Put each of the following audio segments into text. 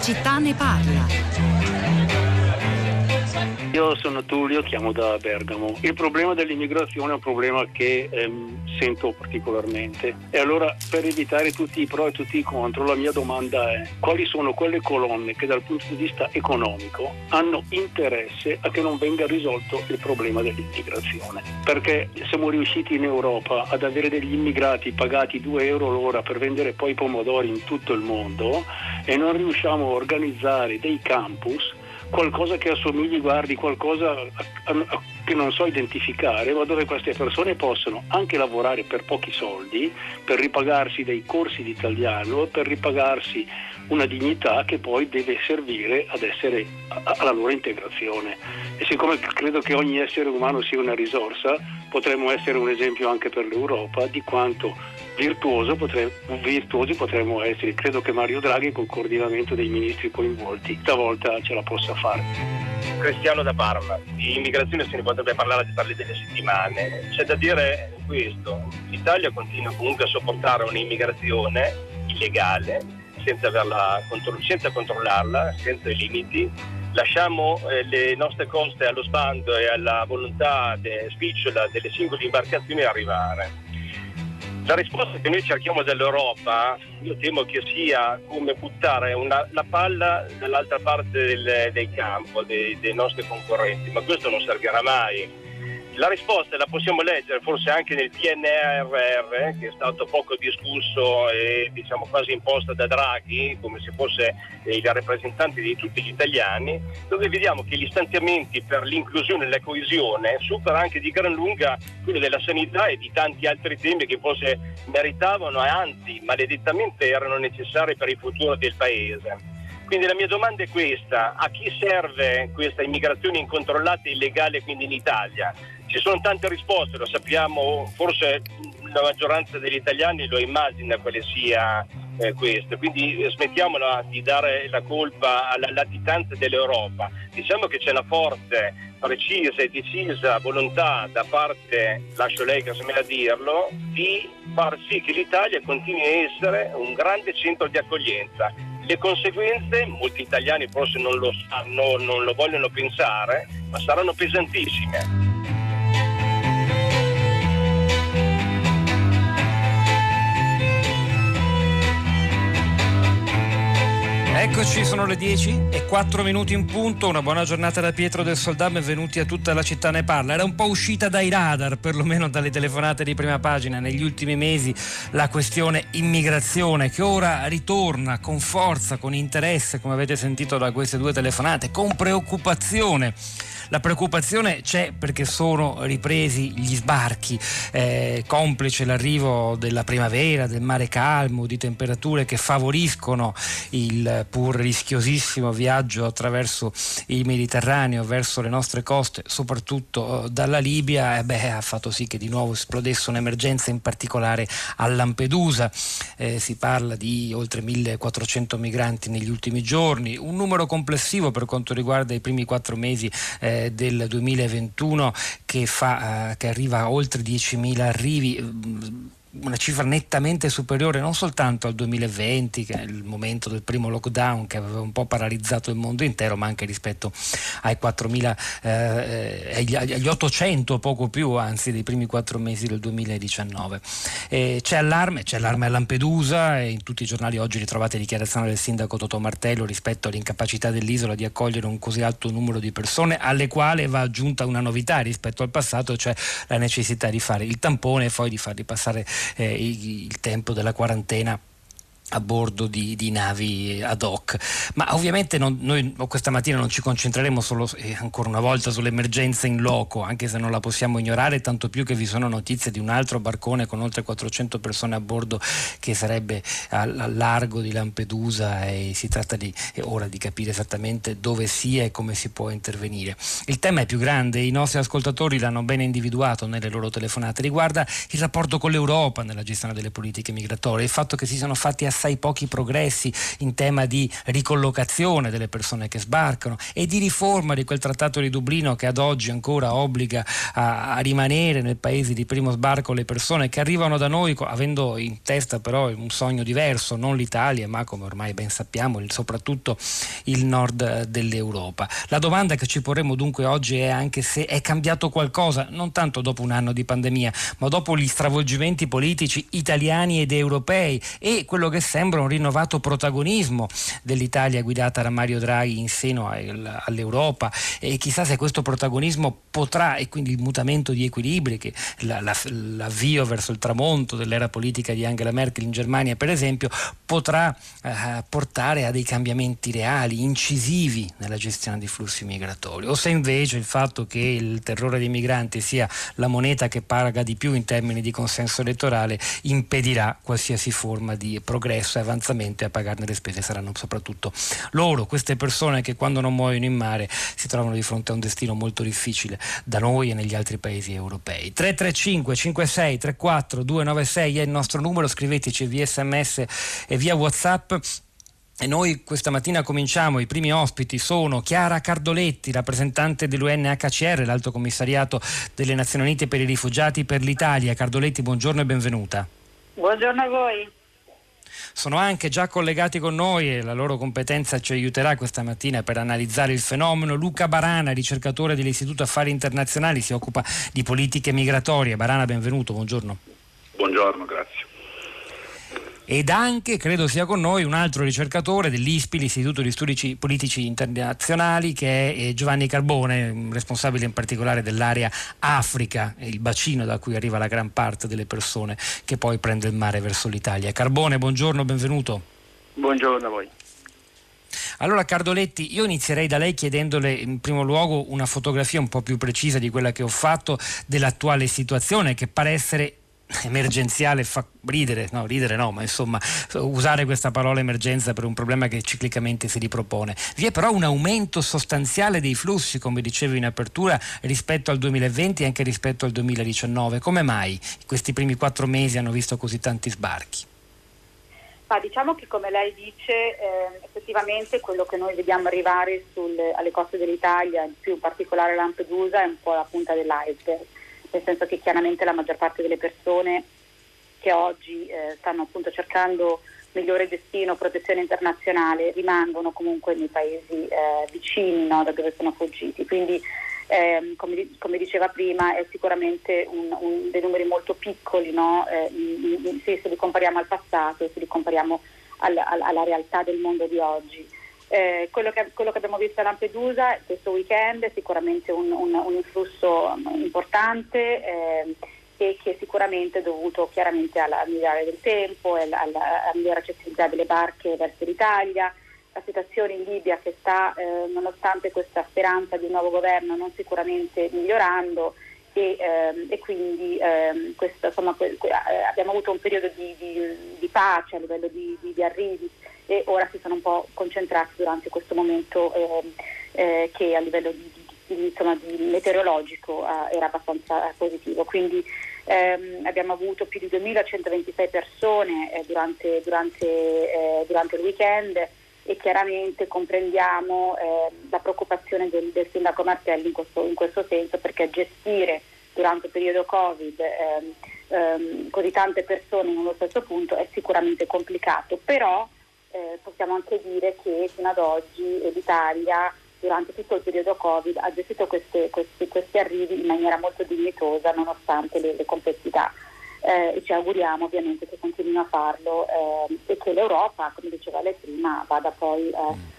città ne parla. Io sono Tullio, chiamo da Bergamo. Il problema dell'immigrazione è un problema che sento particolarmente. E allora, per evitare tutti i pro e tutti i contro, la mia domanda è: quali sono quelle colonne che dal punto di vista economico hanno interesse a che non venga risolto il problema dell'immigrazione? Perché siamo riusciti in Europa ad avere degli immigrati pagati 2 euro l'ora per vendere poi pomodori in tutto il mondo e non riusciamo a organizzare dei campus, qualcosa che assomigli, qualcosa che non so identificare, ma dove queste persone possono anche lavorare per pochi soldi, per ripagarsi dei corsi di italiano, per ripagarsi una dignità che poi deve servire ad essere alla loro integrazione. E siccome credo che ogni essere umano sia una risorsa, potremmo essere un esempio anche per l'Europa di quanto virtuosi potremmo essere. Credo che Mario Draghi, col coordinamento dei ministri coinvolti, stavolta ce la possa fare. Cristiano da Parma. Di immigrazione se ne potrebbe parlare delle settimane. C'è da dire questo: l'Italia continua comunque a sopportare un'immigrazione illegale senza controllarla, senza i limiti. Lasciamo le nostre coste allo sbando e alla volontà spicciola delle singole imbarcazioni arrivare. La risposta che noi cerchiamo dall'Europa, io temo che sia come buttare la palla dall'altra parte del campo dei nostri concorrenti, ma questo non servirà mai. La risposta la possiamo leggere forse anche nel PNRR, che è stato poco discusso e quasi imposto da Draghi, come se fosse il rappresentante di tutti gli italiani, dove vediamo che gli stanziamenti per l'inclusione e la coesione supera anche di gran lunga quello della sanità e di tanti altri temi che forse meritavano e anzi maledettamente erano necessari per il futuro del Paese. Quindi la mia domanda è questa: a chi serve questa immigrazione incontrollata e illegale quindi in Italia? Ci sono tante risposte, lo sappiamo, forse la maggioranza degli italiani lo immagina quale sia questo, quindi smettiamola di dare la colpa alla latitanza dell'Europa. Diciamo che c'è una forte, precisa e decisa volontà da parte, lascio lei casomai a dirlo, di far sì che l'Italia continui a essere un grande centro di accoglienza. Le conseguenze, molti italiani forse non lo sanno, non lo vogliono pensare, ma saranno pesantissime. Eccoci, sono le 10:04 in punto. Una buona giornata da Pietro del Soldà, benvenuti a Tutta la città ne parla. Era un po' uscita dai radar, perlomeno dalle telefonate di prima pagina negli ultimi mesi, la questione immigrazione, che ora ritorna con forza, con interesse, come avete sentito da queste due telefonate, con preoccupazione. La preoccupazione c'è perché sono ripresi gli sbarchi, complice l'arrivo della primavera, del mare calmo, di temperature che favoriscono il pur rischiosissimo viaggio attraverso il Mediterraneo verso le nostre coste, soprattutto dalla Libia. Ha fatto sì che di nuovo esplodesse un'emergenza, in particolare a Lampedusa. Si parla di oltre 1400 migranti negli ultimi giorni, un numero complessivo per quanto riguarda i primi 4 mesi del 2021 che arriva a oltre 10.000 arrivi, una cifra nettamente superiore non soltanto al 2020, che è il momento del primo lockdown che aveva un po' paralizzato il mondo intero, ma anche rispetto ai 4.000, agli 800, poco più anzi, dei primi 4 mesi del 2019. C'è allarme a Lampedusa, e in tutti i giornali oggi ritrovate dichiarazioni del sindaco Totò Martello rispetto all'incapacità dell'isola di accogliere un così alto numero di persone, alle quali va aggiunta una novità rispetto al passato, cioè la necessità di fare il tampone e poi di farli passare il tempo della quarantena a bordo di navi ad hoc. Ma ovviamente noi questa mattina non ci concentreremo solo ancora una volta sull'emergenza in loco, anche se non la possiamo ignorare, tanto più che vi sono notizie di un altro barcone con oltre 400 persone a bordo che sarebbe al largo di Lampedusa, e si tratta ora di capire esattamente dove sia e come si può intervenire. Il tema è più grande, i nostri ascoltatori l'hanno bene individuato nelle loro telefonate, riguarda il rapporto con l'Europa nella gestione delle politiche migratorie, il fatto che si siano fatti assai pochi progressi in tema di ricollocazione delle persone che sbarcano e di riforma di quel trattato di Dublino che ad oggi ancora obbliga a rimanere nel paese di primo sbarco le persone che arrivano da noi avendo in testa però un sogno diverso, non l'Italia ma, come ormai ben sappiamo, soprattutto il nord dell'Europa. La domanda che ci porremo dunque oggi è anche se è cambiato qualcosa, non tanto dopo un anno di pandemia, ma dopo gli stravolgimenti politici italiani ed europei e quello che sembra un rinnovato protagonismo dell'Italia guidata da Mario Draghi in seno all'Europa, e chissà se questo protagonismo potrà, e quindi il mutamento di equilibri, che l'avvio verso il tramonto dell'era politica di Angela Merkel in Germania per esempio, potrà portare a dei cambiamenti reali, incisivi nella gestione dei flussi migratori, o se invece il fatto che il terrore dei migranti sia la moneta che paga di più in termini di consenso elettorale impedirà qualsiasi forma di progresso e avanzamento, e a pagarne le spese saranno soprattutto loro, queste persone che quando non muoiono in mare si trovano di fronte a un destino molto difficile da noi e negli altri paesi europei. 335 56 34 296 è il nostro numero, scriveteci via SMS e via WhatsApp. E noi questa mattina cominciamo, i primi ospiti sono Chiara Cardoletti, rappresentante dell'UNHCR, l'Alto Commissariato delle Nazioni Unite per i Rifugiati per l'Italia. Cardoletti, buongiorno e benvenuta. Buongiorno a voi. Sono anche già collegati con noi, e la loro competenza ci aiuterà questa mattina per analizzare il fenomeno, Luca Barana, ricercatore dell'Istituto Affari Internazionali, si occupa di politiche migratorie. Barana, benvenuto, buongiorno. Buongiorno, grazie. Ed anche, credo sia con noi, un altro ricercatore dell'ISPI, l'Istituto di Studi Politici Internazionali, che è Giovanni Carbone, responsabile in particolare dell'area Africa, il bacino da cui arriva la gran parte delle persone che poi prende il mare verso l'Italia. Carbone, buongiorno, benvenuto. Buongiorno a voi. Allora Cardoletti, io inizierei da lei chiedendole in primo luogo una fotografia un po' più precisa di quella che ho fatto dell'attuale situazione, che pare essere emergenziale, fa ridere no, ma insomma usare questa parola emergenza per un problema che ciclicamente si ripropone. Vi è però un aumento sostanziale dei flussi, come dicevo in apertura, rispetto al 2020 e anche rispetto al 2019. Come mai questi primi 4 mesi hanno visto così tanti sbarchi? Diciamo che, come lei dice, effettivamente quello che noi vediamo arrivare alle coste dell'Italia, più in particolare Lampedusa, è un po' la punta dell'iceberg, nel senso che chiaramente la maggior parte delle persone che oggi stanno appunto cercando migliore destino, protezione internazionale, rimangono comunque nei paesi vicini, no, da dove sono fuggiti. Quindi come diceva prima, è sicuramente dei numeri molto piccoli, no? Se li compariamo al passato, se li compariamo alla realtà del mondo di oggi. Quello che abbiamo visto a Lampedusa questo weekend è sicuramente un influsso importante e che sicuramente è dovuto chiaramente alla migliorare del tempo e alla migliore accessibilità delle barche verso l'Italia. La situazione in Libia che sta, nonostante questa speranza di un nuovo governo, non sicuramente migliorando, e quindi abbiamo avuto un periodo di pace a livello di arrivi, e ora si sono un po' concentrati durante questo momento che a livello di meteorologico era abbastanza positivo. Quindi abbiamo avuto più di 2.126 persone durante il weekend, e chiaramente comprendiamo la preoccupazione del sindaco Martelli in questo senso, perché gestire durante il periodo Covid così tante persone in uno stesso punto è sicuramente complicato, però possiamo anche dire che fino ad oggi l'Italia durante tutto il periodo Covid ha gestito questi arrivi in maniera molto dignitosa nonostante le complessità, e ci auguriamo ovviamente che continuino a farlo e che l'Europa, come diceva lei prima, vada poi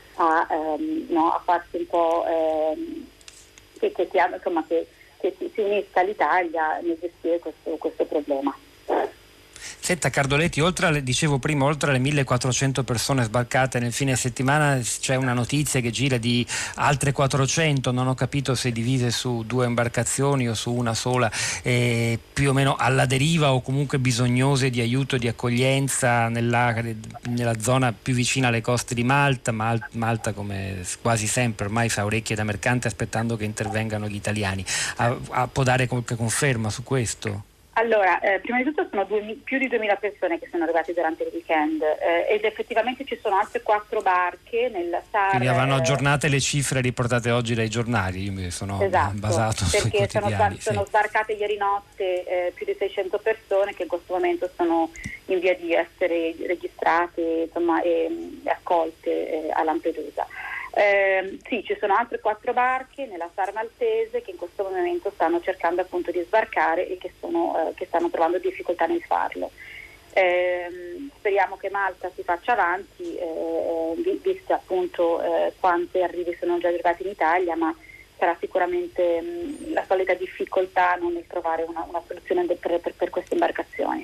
a farsi un po' che si unisca l'Italia nel gestire questo problema. Senta Cardoletti, oltre alle 1.400 persone sbarcate nel fine settimana, c'è una notizia che gira di altre 400, non ho capito se divise su 2 imbarcazioni o su una sola, più o meno alla deriva o comunque bisognose di aiuto, di accoglienza nella zona più vicina alle coste di Malta. Malta, come quasi sempre, ormai fa orecchie da mercante aspettando che intervengano gli italiani. Può dare qualche conferma su questo? Allora, prima di tutto sono più di 2000 persone che sono arrivate durante il weekend ed effettivamente ci sono altre 4 barche nel SAR. Quindi vanno aggiornate le cifre riportate oggi dai giornali, io mi sono basato sui quotidiani. Perché sono sbarcate ieri notte più di 600 persone che in questo momento sono in via di essere registrate, insomma, e accolte a Lampedusa. Sì, ci sono altre 4 barche nella SAR maltese che in questo momento stanno cercando appunto di sbarcare e che stanno trovando difficoltà nel farlo. Speriamo che Malta si faccia avanti, visto appunto quanti arrivi sono già arrivati in Italia, ma sarà sicuramente la solita difficoltà nel trovare una soluzione per queste imbarcazioni.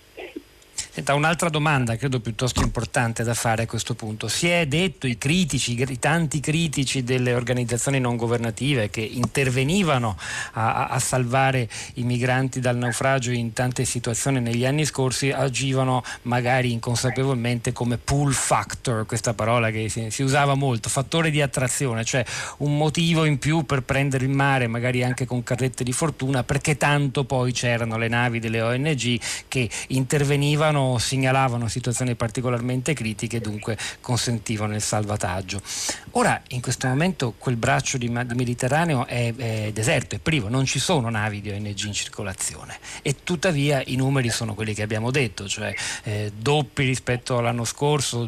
Senta, un'altra domanda credo piuttosto importante da fare a questo punto. Si è detto, i tanti critici delle organizzazioni non governative che intervenivano a salvare i migranti dal naufragio in tante situazioni negli anni scorsi, agivano magari inconsapevolmente come pull factor, questa parola che si usava molto, fattore di attrazione, cioè un motivo in più per prendere il mare, magari anche con carrette di fortuna, perché tanto poi c'erano le navi delle ONG che intervenivano, segnalavano situazioni particolarmente critiche e dunque consentivano il salvataggio. Ora, in questo momento, quel braccio di Mediterraneo è deserto, è privo, non ci sono navi di ONG in circolazione e tuttavia i numeri sono quelli che abbiamo detto, cioè doppi rispetto all'anno scorso,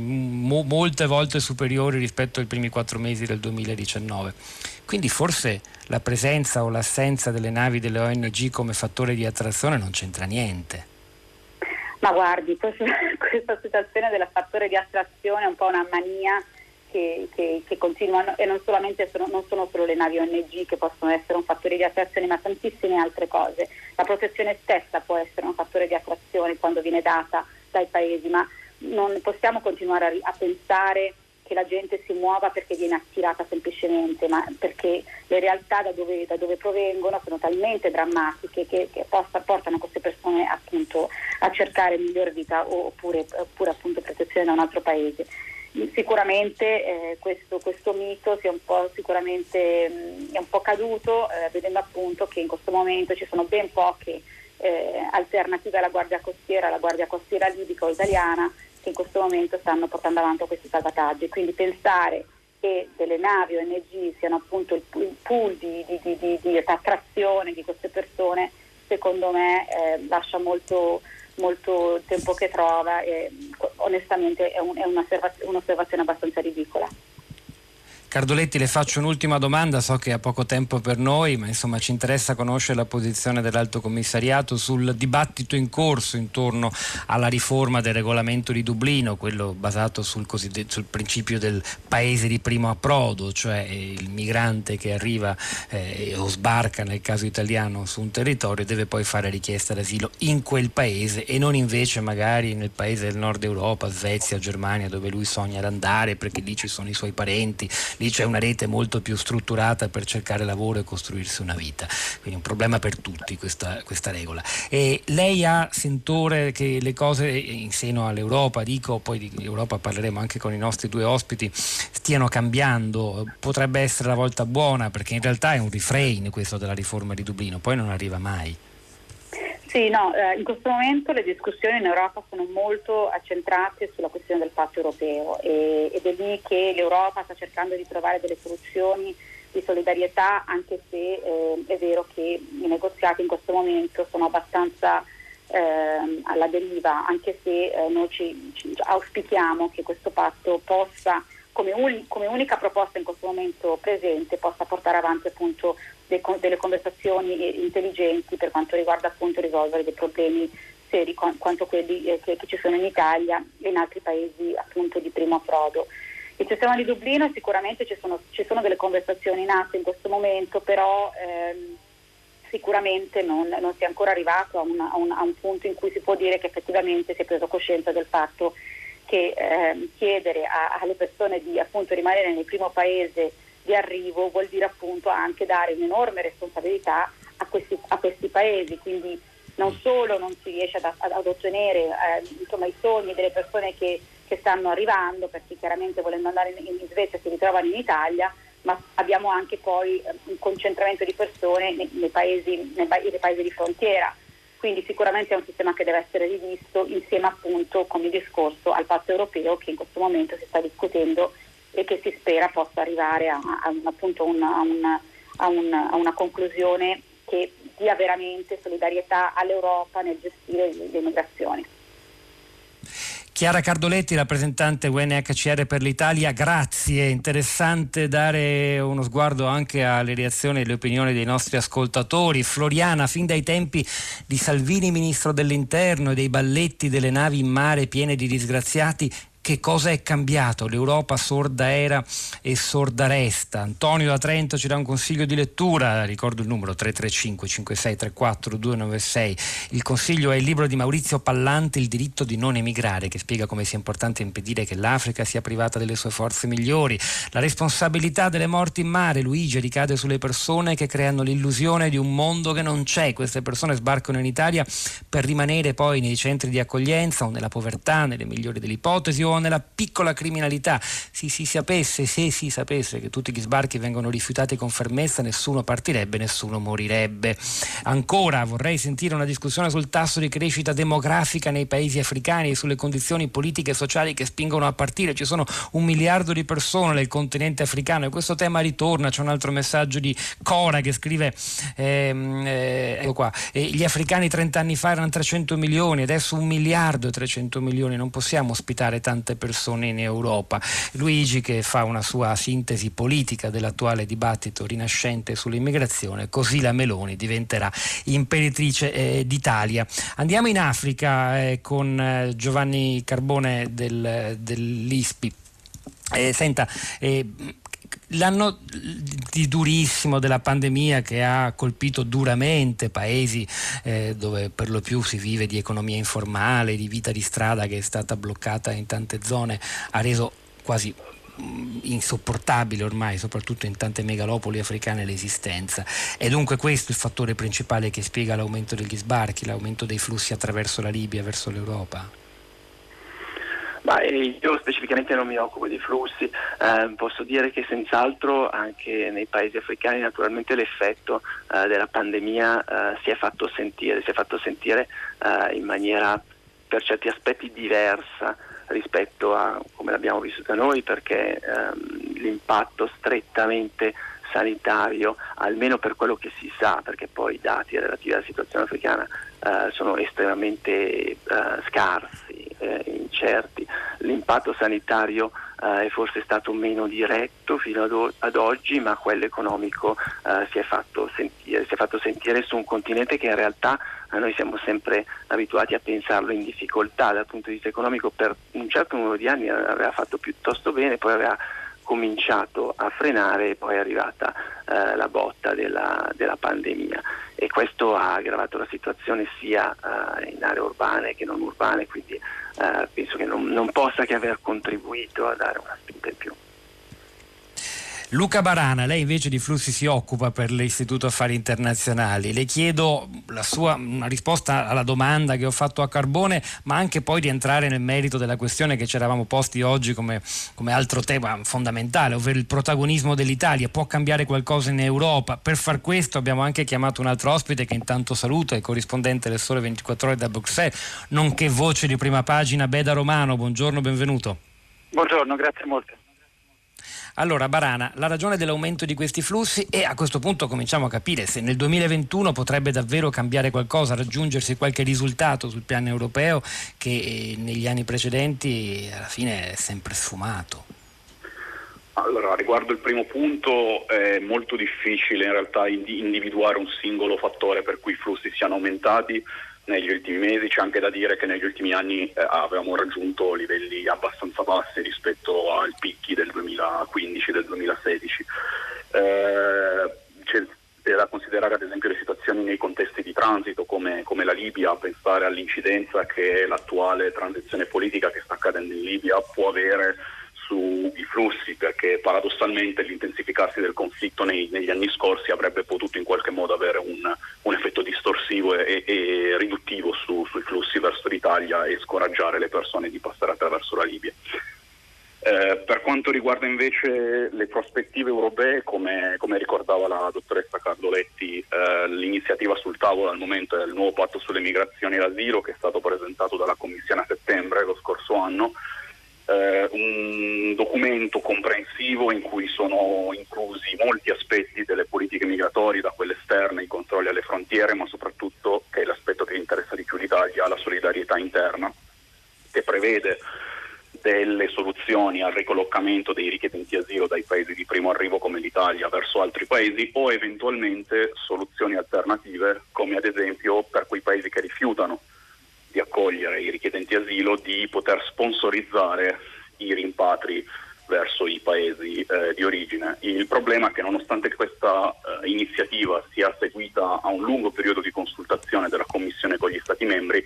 molte volte superiori rispetto ai primi 4 mesi del 2019. Quindi forse la presenza o l'assenza delle navi delle ONG come fattore di attrazione non c'entra niente. Ma guardi, questa situazione del fattore di attrazione è un po' una mania che continuano, e non sono solo le navi ONG che possono essere un fattore di attrazione, ma tantissime altre cose. La protezione stessa può essere un fattore di attrazione quando viene data dai paesi, ma non possiamo continuare a pensare che la gente si muova perché viene attirata semplicemente, ma perché le realtà da dove provengono sono talmente drammatiche che portano queste persone appunto a cercare miglior vita oppure appunto protezione da un altro paese. Sicuramente questo mito è un po' caduto, vedendo appunto che in questo momento ci sono ben poche alternative alla Guardia Costiera libica o italiana che in questo momento stanno portando avanti questi salvataggi. Quindi pensare che delle navi ONG siano appunto il pool di attrazione di queste persone, secondo me lascia molto tempo che trova e onestamente è un'osservazione abbastanza ridicola. Cardoletti, le faccio un'ultima domanda, so che ha poco tempo per noi, ma insomma ci interessa conoscere la posizione dell'Alto Commissariato sul dibattito in corso intorno alla riforma del regolamento di Dublino, quello basato sul principio del paese di primo approdo, cioè il migrante che arriva o sbarca nel caso italiano su un territorio deve poi fare richiesta d'asilo in quel paese e non invece magari nel paese del nord Europa, Svezia, Germania, dove lui sogna di andare perché lì ci sono i suoi parenti. Lì c'è una rete molto più strutturata per cercare lavoro e costruirsi una vita, quindi un problema per tutti questa regola. E lei ha sentore che le cose in seno all'Europa, poi di Europa parleremo anche con i nostri 2 ospiti, stiano cambiando? Potrebbe essere la volta buona, perché in realtà è un refrain questo della riforma di Dublino, poi non arriva mai. Sì, no, in questo momento le discussioni in Europa sono molto accentrate sulla questione del patto europeo ed è lì che l'Europa sta cercando di trovare delle soluzioni di solidarietà, anche se è vero che i negoziati in questo momento sono abbastanza alla deriva, anche se noi ci auspichiamo che questo patto possa, come unica proposta in questo momento presente, possa portare avanti appunto delle conversazioni intelligenti per quanto riguarda appunto risolvere dei problemi seri quanto quelli che ci sono in Italia e in altri paesi appunto di primo approdo. Il sistema di Dublino sicuramente ci sono delle conversazioni in atto in questo momento, però sicuramente non si è ancora arrivato a un punto in cui si può dire che effettivamente si è preso coscienza del fatto che chiedere alle persone di appunto rimanere nel primo paese di arrivo vuol dire appunto anche dare un'enorme responsabilità a questi paesi, quindi non solo non si riesce ad ottenere i sogni delle persone che stanno arrivando, perché chiaramente volendo andare in Svezia si ritrovano in Italia, ma abbiamo anche poi un concentramento di persone nei paesi di frontiera, Quindi sicuramente è un sistema che deve essere rivisto insieme appunto con il discorso al patto europeo che in questo momento si sta discutendo e che si spera possa arrivare a una conclusione che dia veramente solidarietà all'Europa nel gestire le migrazioni. Chiara Cardoletti, rappresentante UNHCR per l'Italia, grazie. Interessante dare uno sguardo anche alle reazioni e alle opinioni dei nostri ascoltatori. Floriana, fin dai tempi di Salvini ministro dell'Interno e dei balletti delle navi in mare piene di disgraziati, che cosa è cambiato? L'Europa sorda era e sorda resta. Antonio da Trento ci dà un consiglio di lettura, ricordo il numero 335 5634 296. Il consiglio è il libro di Maurizio Pallante, Il diritto di non emigrare, che spiega come sia importante impedire che l'Africa sia privata delle sue forze migliori. La responsabilità delle morti in mare, Luigi, ricade sulle persone che creano l'illusione di un mondo che non c'è. Queste persone sbarcano in Italia per rimanere poi nei centri di accoglienza o nella povertà, nelle migliori delle ipotesi, o nella piccola criminalità. Se si sapesse che tutti gli sbarchi vengono rifiutati con fermezza, nessuno partirebbe, nessuno morirebbe. Ancora vorrei sentire una discussione sul tasso di crescita demografica nei paesi africani e sulle condizioni politiche e sociali che spingono a partire. Ci sono 1 miliardo di persone nel continente africano e questo tema ritorna. C'è un altro messaggio di Cora che scrive ecco qua, gli africani 30 anni fa erano 300 milioni, adesso 1 miliardo e 300 milioni, non possiamo ospitare tante persone in Europa. Luigi, che fa una sua sintesi politica dell'attuale dibattito rinascente sull'immigrazione, così la Meloni diventerà imperatrice d'Italia. Andiamo in Africa con Giovanni Carbone dell'ISPI. Senta, l'anno durissimo della pandemia che ha colpito duramente paesi dove per lo più si vive di economia informale, di vita di strada che è stata bloccata in tante zone, ha reso quasi insopportabile ormai, soprattutto in tante megalopoli africane, l'esistenza. È dunque questo il fattore principale che spiega l'aumento degli sbarchi, l'aumento dei flussi attraverso la Libia verso l'Europa? Io specificamente non mi occupo di flussi, posso dire che senz'altro anche nei paesi africani naturalmente l'effetto della pandemia si è fatto sentire in maniera per certi aspetti diversa rispetto a come l'abbiamo vissuta noi, perché l'impatto strettamente sanitario, almeno per quello che si sa, perché poi i dati relativi alla situazione africana sono estremamente scarsi, incerti. L'impatto sanitario è forse stato meno diretto fino ad oggi, ma quello economico si è fatto sentire su un continente che in realtà noi siamo sempre abituati a pensarlo in difficoltà dal punto di vista economico. Per un certo numero di anni aveva fatto piuttosto bene, poi aveva cominciato a frenare e poi è arrivata la botta della pandemia, e questo ha aggravato la situazione sia in aree urbane che non urbane, quindi penso che non possa che aver contribuito a dare una spinta in più. Luca Barana, lei invece di flussi si occupa per l'Istituto Affari Internazionali. Le chiedo una risposta alla domanda che ho fatto a Carbone, ma anche poi di entrare nel merito della questione che ci eravamo posti oggi come altro tema fondamentale, ovvero il protagonismo dell'Italia. Può cambiare qualcosa in Europa? Per far questo abbiamo anche chiamato un altro ospite che intanto saluto, è corrispondente del Sole 24 Ore da Bruxelles, nonché voce di prima pagina, Beda Romano. Buongiorno, benvenuto. Buongiorno, grazie molte. Allora Barana, la ragione dell'aumento di questi flussi, e a questo punto cominciamo a capire se nel 2021 potrebbe davvero cambiare qualcosa, raggiungersi qualche risultato sul piano europeo che negli anni precedenti alla fine è sempre sfumato. Allora, riguardo il primo punto, è molto difficile in realtà individuare un singolo fattore per cui i flussi siano aumentati negli ultimi mesi. C'è anche da dire che negli ultimi anni avevamo raggiunto livelli abbastanza bassi rispetto ai picchi del 2015, del 2016. C'è da considerare ad esempio le situazioni nei contesti di transito come la Libia, pensare all'incidenza che l'attuale transizione politica che sta accadendo in Libia può avere sui flussi, perché paradossalmente l'intensificarsi del conflitto negli anni scorsi avrebbe potuto in qualche modo avere un effetto distorsivo e riduttivo sui flussi verso l'Italia e scoraggiare le persone di passare attraverso la Libia. Per Per quanto riguarda invece le prospettive europee, come ricordava la dottoressa Cardoletti, l'iniziativa sul tavolo al momento è il nuovo patto sulle migrazioni e l'asilo, che è stato presentato dalla Commissione a settembre lo scorso anno, un documento comprensivo in cui sono inclusi molti aspetti delle politiche migratorie, da quelle esterne, i controlli alle frontiere, ma soprattutto, che è l'aspetto che interessa di più l'Italia, la solidarietà interna, che prevede delle soluzioni al ricollocamento dei richiedenti asilo dai paesi di primo arrivo come l'Italia verso altri paesi, o eventualmente soluzioni alternative, come ad esempio per quei paesi che rifiutano di accogliere i richiedenti asilo, di poter sponsorizzare i rimpatri verso i paesi di origine. Il problema è che nonostante questa iniziativa sia seguita a un lungo periodo di consultazione della Commissione con gli Stati membri,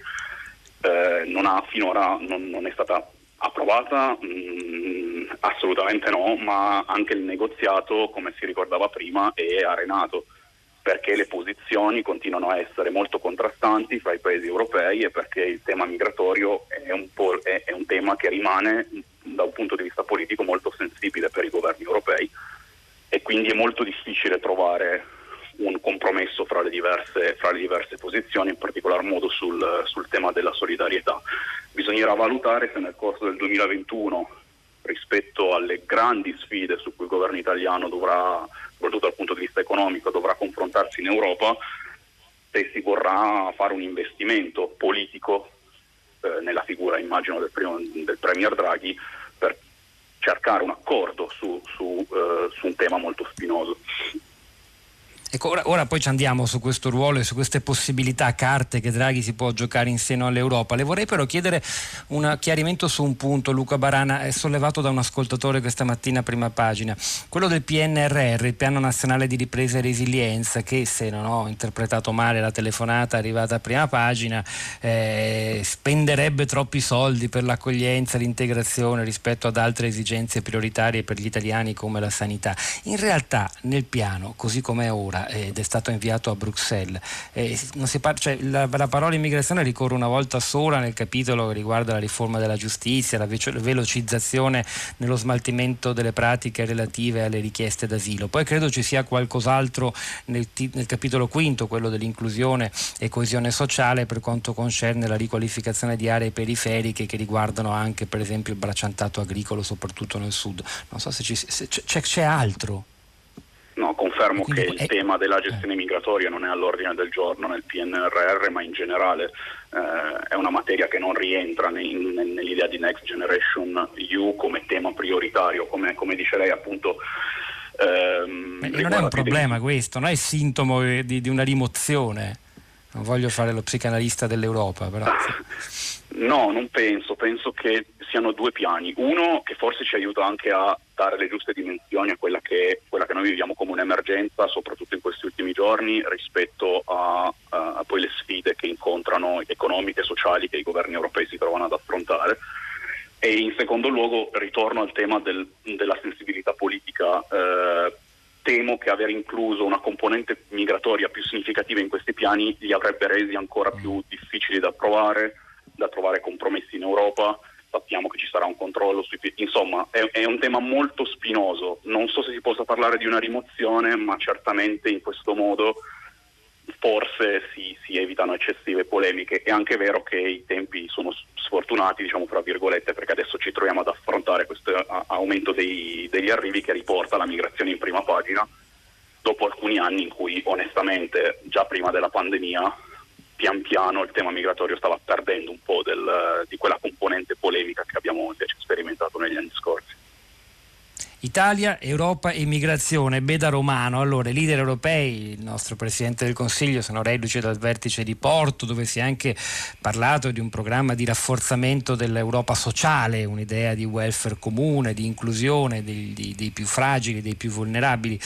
finora non è stata approvata, assolutamente no, ma anche il negoziato, come si ricordava prima, è arenato, perché le posizioni continuano a essere molto contrastanti fra i paesi europei e perché il tema migratorio è un tema che rimane da un punto di vista politico molto sensibile per i governi europei, e quindi è molto difficile trovare un compromesso fra le diverse posizioni, in particolar modo sul tema della solidarietà. Bisognerà valutare se nel corso del 2021, rispetto alle grandi sfide su cui il governo italiano dovrà, soprattutto dal punto di vista economico, dovrà confrontarsi in Europa, se si vorrà fare un investimento politico nella figura, immagino, del Premier Draghi, per cercare un accordo su un tema molto spinoso. Ecco, ora poi ci andiamo su questo ruolo e su queste possibilità, carte che Draghi si può giocare in seno all'Europa. Le vorrei però chiedere un chiarimento su un punto. Luca Barana è sollevato da un ascoltatore questa mattina a Prima Pagina, quello del PNRR, il Piano Nazionale di Ripresa e Resilienza, che, se non ho interpretato male la telefonata arrivata a Prima Pagina, spenderebbe troppi soldi per l'accoglienza, l'integrazione rispetto ad altre esigenze prioritarie per gli italiani come la sanità. In realtà nel piano, così come è ora, ed è stato inviato a Bruxelles, non si la parola immigrazione ricorre una volta sola nel capitolo che riguarda la riforma della giustizia, la velocizzazione nello smaltimento delle pratiche relative alle richieste d'asilo. Poi credo ci sia qualcos'altro nel capitolo quinto, quello dell'inclusione e coesione sociale, per quanto concerne la riqualificazione di aree periferiche che riguardano anche per esempio il bracciantato agricolo, soprattutto nel sud. Non so se c'è altro. No, confermo Quindi, che il tema della gestione migratoria non è all'ordine del giorno nel PNRR, ma in generale è una materia che non rientra nell'idea di Next Generation EU come tema prioritario, come dice lei, appunto. Non è un problema questo, non è sintomo di una rimozione. Non voglio fare lo psicanalista dell'Europa, però. No, non penso che siano due piani. Uno che forse ci aiuta anche a dare le giuste dimensioni a quella che noi viviamo come un'emergenza, soprattutto in questi ultimi giorni, rispetto a poi le sfide che incontrano, economiche e sociali, che i governi europei si trovano ad affrontare. E in secondo luogo ritorno al tema della sensibilità politica. Temo che aver incluso una componente migratoria più significativa in questi piani li avrebbe resi ancora più difficili da trovare compromessi in Europa. Sappiamo che ci sarà un controllo insomma è un tema molto spinoso. Non so se si possa parlare di una rimozione, ma certamente in questo modo forse si evitano eccessive polemiche. È anche vero che i tempi sono sfortunati, diciamo fra virgolette, perché adesso ci troviamo ad affrontare questo aumento degli arrivi che riporta la migrazione in prima pagina, dopo alcuni anni in cui onestamente già prima della pandemia pian piano il tema migratorio stava perdendo un po' di quella componente polemica che abbiamo invece sperimentato negli anni scorsi. Italia, Europa e immigrazione. Beda Romano. Allora, i leader europei, il nostro Presidente del Consiglio, sono reduci dal vertice di Porto, dove si è anche parlato di un programma di rafforzamento dell'Europa sociale, un'idea di welfare comune, di inclusione dei più fragili, dei più vulnerabili.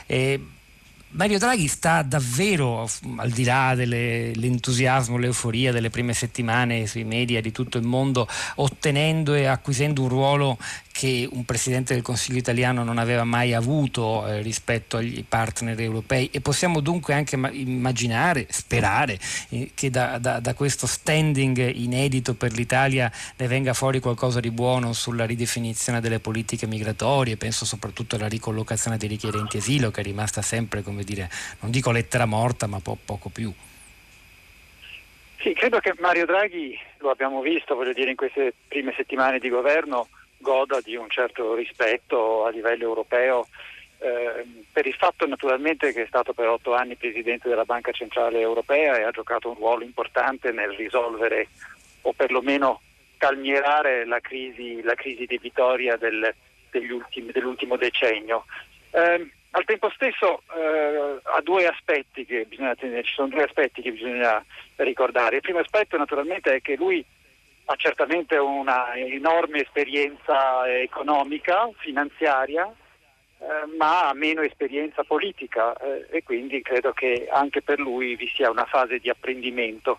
Mario Draghi sta davvero, al di là dell'entusiasmo, l'euforia delle prime settimane sui media di tutto il mondo, ottenendo e acquisendo un ruolo che un Presidente del Consiglio italiano non aveva mai avuto rispetto agli partner europei, e possiamo dunque anche immaginare, sperare che da questo standing inedito per l'Italia ne venga fuori qualcosa di buono sulla ridefinizione delle politiche migratorie. Penso soprattutto alla ricollocazione dei richiedenti asilo, che è rimasta sempre, come dire, non dico lettera morta, ma poco più. Sì, credo che Mario Draghi, lo abbiamo visto, in queste prime settimane di governo, goda di un certo rispetto a livello europeo, per il fatto naturalmente che è stato per 8 anni Presidente della Banca Centrale Europea e ha giocato un ruolo importante nel risolvere o perlomeno calmierare la crisi debitoria dell'ultimo decennio. Al tempo stesso ha due aspetti che bisogna tenere, ci sono due aspetti che bisogna ricordare. Il primo aspetto naturalmente è che lui ha certamente una enorme esperienza economica, finanziaria, ma ha meno esperienza politica, e quindi credo che anche per lui vi sia una fase di apprendimento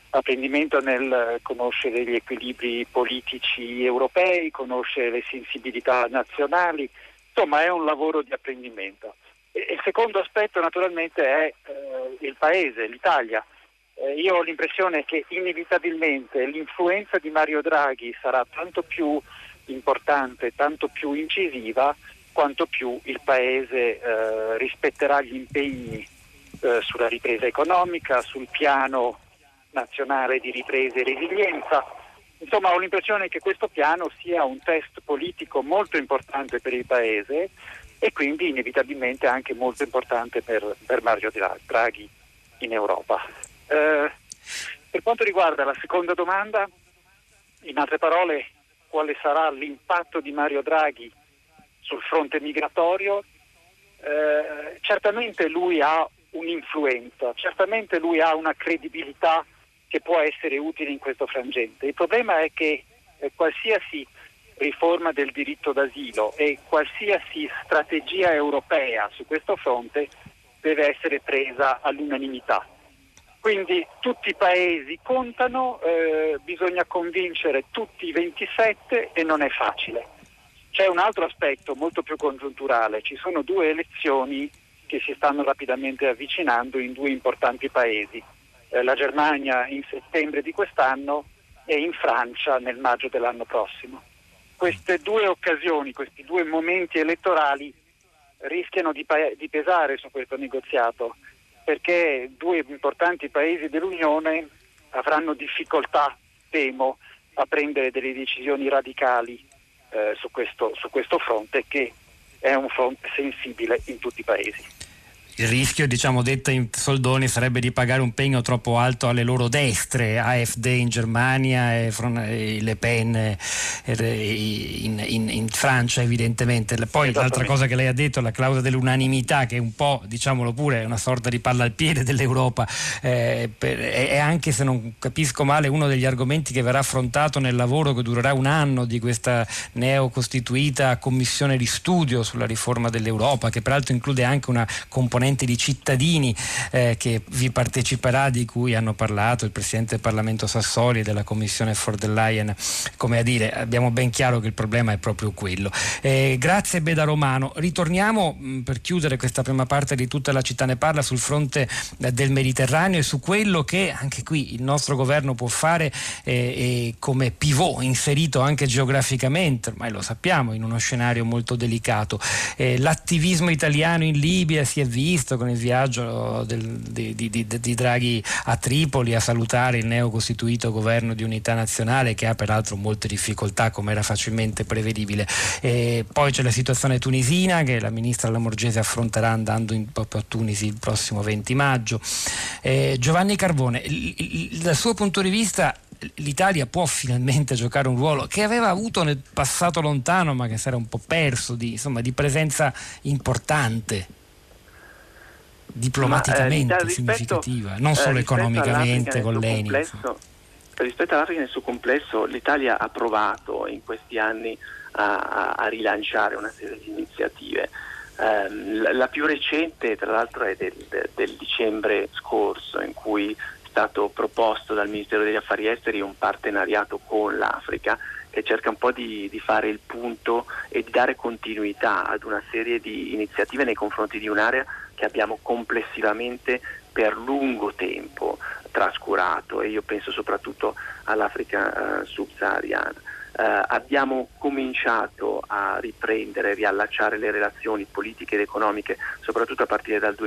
nel conoscere gli equilibri politici europei, conoscere le sensibilità nazionali. Insomma, è un lavoro di apprendimento. E il secondo aspetto naturalmente è il Paese, l'Italia. Io ho l'impressione che inevitabilmente l'influenza di Mario Draghi sarà tanto più importante, tanto più incisiva, quanto più il Paese rispetterà gli impegni sulla ripresa economica, sul piano nazionale di ripresa e resilienza. Insomma, ho l'impressione che questo piano sia un test politico molto importante per il Paese e quindi inevitabilmente anche molto importante per Mario Draghi in Europa. Per quanto riguarda la seconda domanda, in altre parole, quale sarà l'impatto di Mario Draghi sul fronte migratorio? Certamente lui ha un'influenza, certamente lui ha una credibilità che può essere utile in questo frangente. Il problema è che qualsiasi riforma del diritto d'asilo e qualsiasi strategia europea su questo fronte deve essere presa all'unanimità. Quindi tutti i paesi contano, bisogna convincere tutti i 27 e non è facile. C'è un altro aspetto molto più congiunturale, ci sono 2 elezioni che si stanno rapidamente avvicinando in 2 importanti paesi. La Germania in settembre di quest'anno e in Francia nel maggio dell'anno prossimo. Queste 2 occasioni, questi 2 momenti elettorali rischiano di pesare su questo negoziato, perché 2 importanti paesi dell'Unione avranno difficoltà, temo, a prendere delle decisioni radicali su questo fronte, che è un fronte sensibile in tutti i paesi. Il rischio, detta in soldoni, sarebbe di pagare un pegno troppo alto alle loro destre, AfD in Germania e Le Pen in Francia, evidentemente. Poi l'altra cosa che lei ha detto, la clausola dell'unanimità, che è un po', diciamolo pure, è una sorta di palla al piede dell'Europa, è anche, se non capisco male, uno degli argomenti che verrà affrontato nel lavoro che durerà un anno di questa neocostituita commissione di studio sulla riforma dell'Europa, che peraltro include anche una componente di cittadini che vi parteciperà, di cui hanno parlato il Presidente del Parlamento Sassoli e della Commissione von der Leyen. Come a dire, abbiamo ben chiaro che il problema è proprio quello. Grazie Beda Romano. Ritorniamo per chiudere questa prima parte di Tutta la città ne parla sul fronte del Mediterraneo e su quello che anche qui il nostro governo può fare come pivot inserito anche geograficamente, ormai lo sappiamo, in uno scenario molto delicato. L'attivismo italiano in Libia si è visto con il viaggio di Draghi a Tripoli a salutare il neocostituito governo di unità nazionale, che ha peraltro molte difficoltà, come era facilmente prevedibile. Poi c'è la situazione tunisina, che la ministra Lamorgese affronterà andando proprio a Tunisi il prossimo 20 maggio. Giovanni Carbone, dal suo punto di vista l'Italia può finalmente giocare un ruolo che aveva avuto nel passato lontano, ma che si era un po' perso, di presenza importante, diplomaticamente significativa, non solo economicamente con l'ENI. Rispetto all'Africa nel suo complesso, l'Italia ha provato in questi anni a rilanciare una serie di iniziative. La più recente, tra l'altro, è del dicembre scorso, in cui stato proposto dal Ministero degli Affari Esteri un partenariato con l'Africa che cerca un po' di fare il punto e di dare continuità ad una serie di iniziative nei confronti di un'area che abbiamo complessivamente per lungo tempo trascurato, e io penso soprattutto all'Africa subsahariana. Abbiamo cominciato a riallacciare le relazioni politiche ed economiche soprattutto a partire dal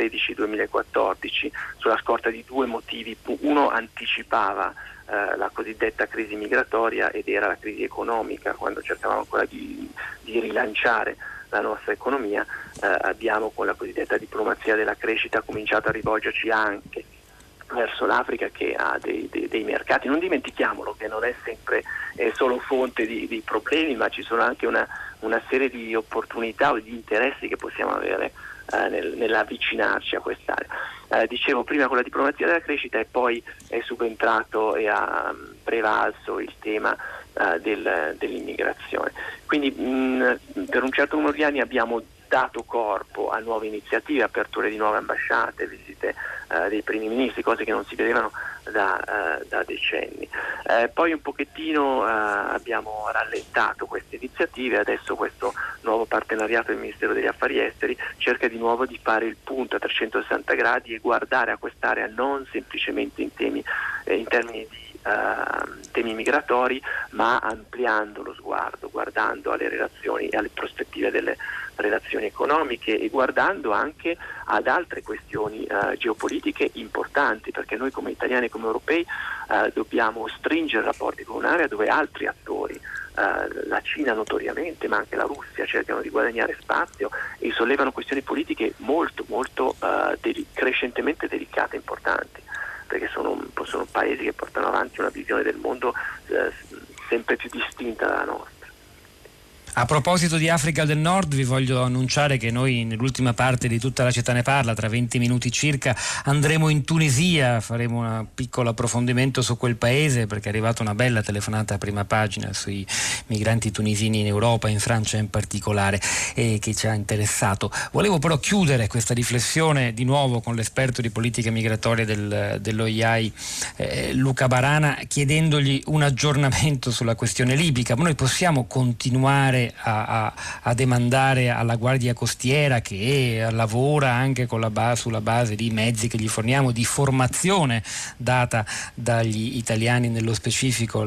2013-2014 sulla scorta di due motivi. Uno anticipava la cosiddetta crisi migratoria ed era la crisi economica, quando cercavamo ancora di rilanciare la nostra economia. Abbiamo con la cosiddetta diplomazia della crescita cominciato a rivolgerci anche verso l'Africa, che ha dei mercati, non dimentichiamolo, che non è sempre solo fonte di problemi, ma ci sono anche una serie di opportunità o di interessi che possiamo avere nell'avvicinarci a quest'area. Dicevo prima con la diplomazia della crescita, e poi è subentrato e ha prevalso il tema dell'immigrazione. Quindi per un certo numero di anni abbiamo dato corpo a nuove iniziative, aperture di nuove ambasciate, visite dei primi ministri, cose che non si vedevano da decenni. Poi un pochettino abbiamo rallentato queste iniziative. Adesso questo nuovo partenariato del Ministero degli Affari Esteri cerca di nuovo di fare il punto a 360 gradi e guardare a quest'area non semplicemente in termini di temi migratori, ma ampliando lo sguardo, guardando alle relazioni e alle prospettive delle relazioni economiche e guardando anche ad altre questioni geopolitiche importanti, perché noi come italiani e come europei dobbiamo stringere rapporti con un'area dove altri attori, la Cina notoriamente, ma anche la Russia, cercano di guadagnare spazio e sollevano questioni politiche molto crescentemente delicate e importanti, perché sono paesi che portano avanti una visione del mondo sempre più distinta dalla nostra. A proposito di Africa del Nord, vi voglio annunciare che noi nell'ultima parte di Tutta la città ne parla, tra 20 minuti circa, andremo in Tunisia, faremo un piccolo approfondimento su quel paese, perché è arrivata una bella telefonata a prima pagina sui migranti tunisini in Europa, in Francia in particolare, che ci ha interessato. Volevo però chiudere questa riflessione di nuovo con l'esperto di politica migratoria dell'OIAI, Luca Barana, chiedendogli un aggiornamento sulla questione libica. Ma noi possiamo continuare a demandare alla Guardia Costiera, che lavora anche sulla base di mezzi che gli forniamo, di formazione data dagli italiani nello specifico,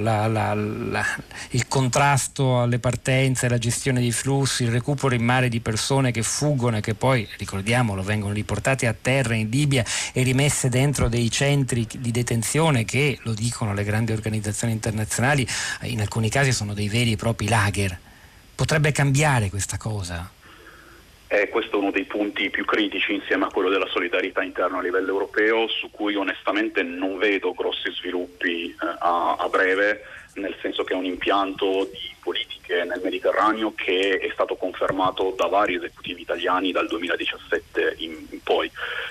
il contrasto alle partenze, la gestione dei flussi, il recupero in mare di persone che fuggono e che poi, ricordiamolo, vengono riportate a terra in Libia e rimesse dentro dei centri di detenzione che, lo dicono le grandi organizzazioni internazionali, in alcuni casi sono dei veri e propri lager. Potrebbe cambiare questa cosa? Questo è uno dei punti più critici, insieme a quello della solidarietà interna a livello europeo, su cui onestamente non vedo grossi sviluppi a breve, nel senso che è un impianto di politiche nel Mediterraneo che è stato confermato da vari esecutivi italiani dal 2017 in poi.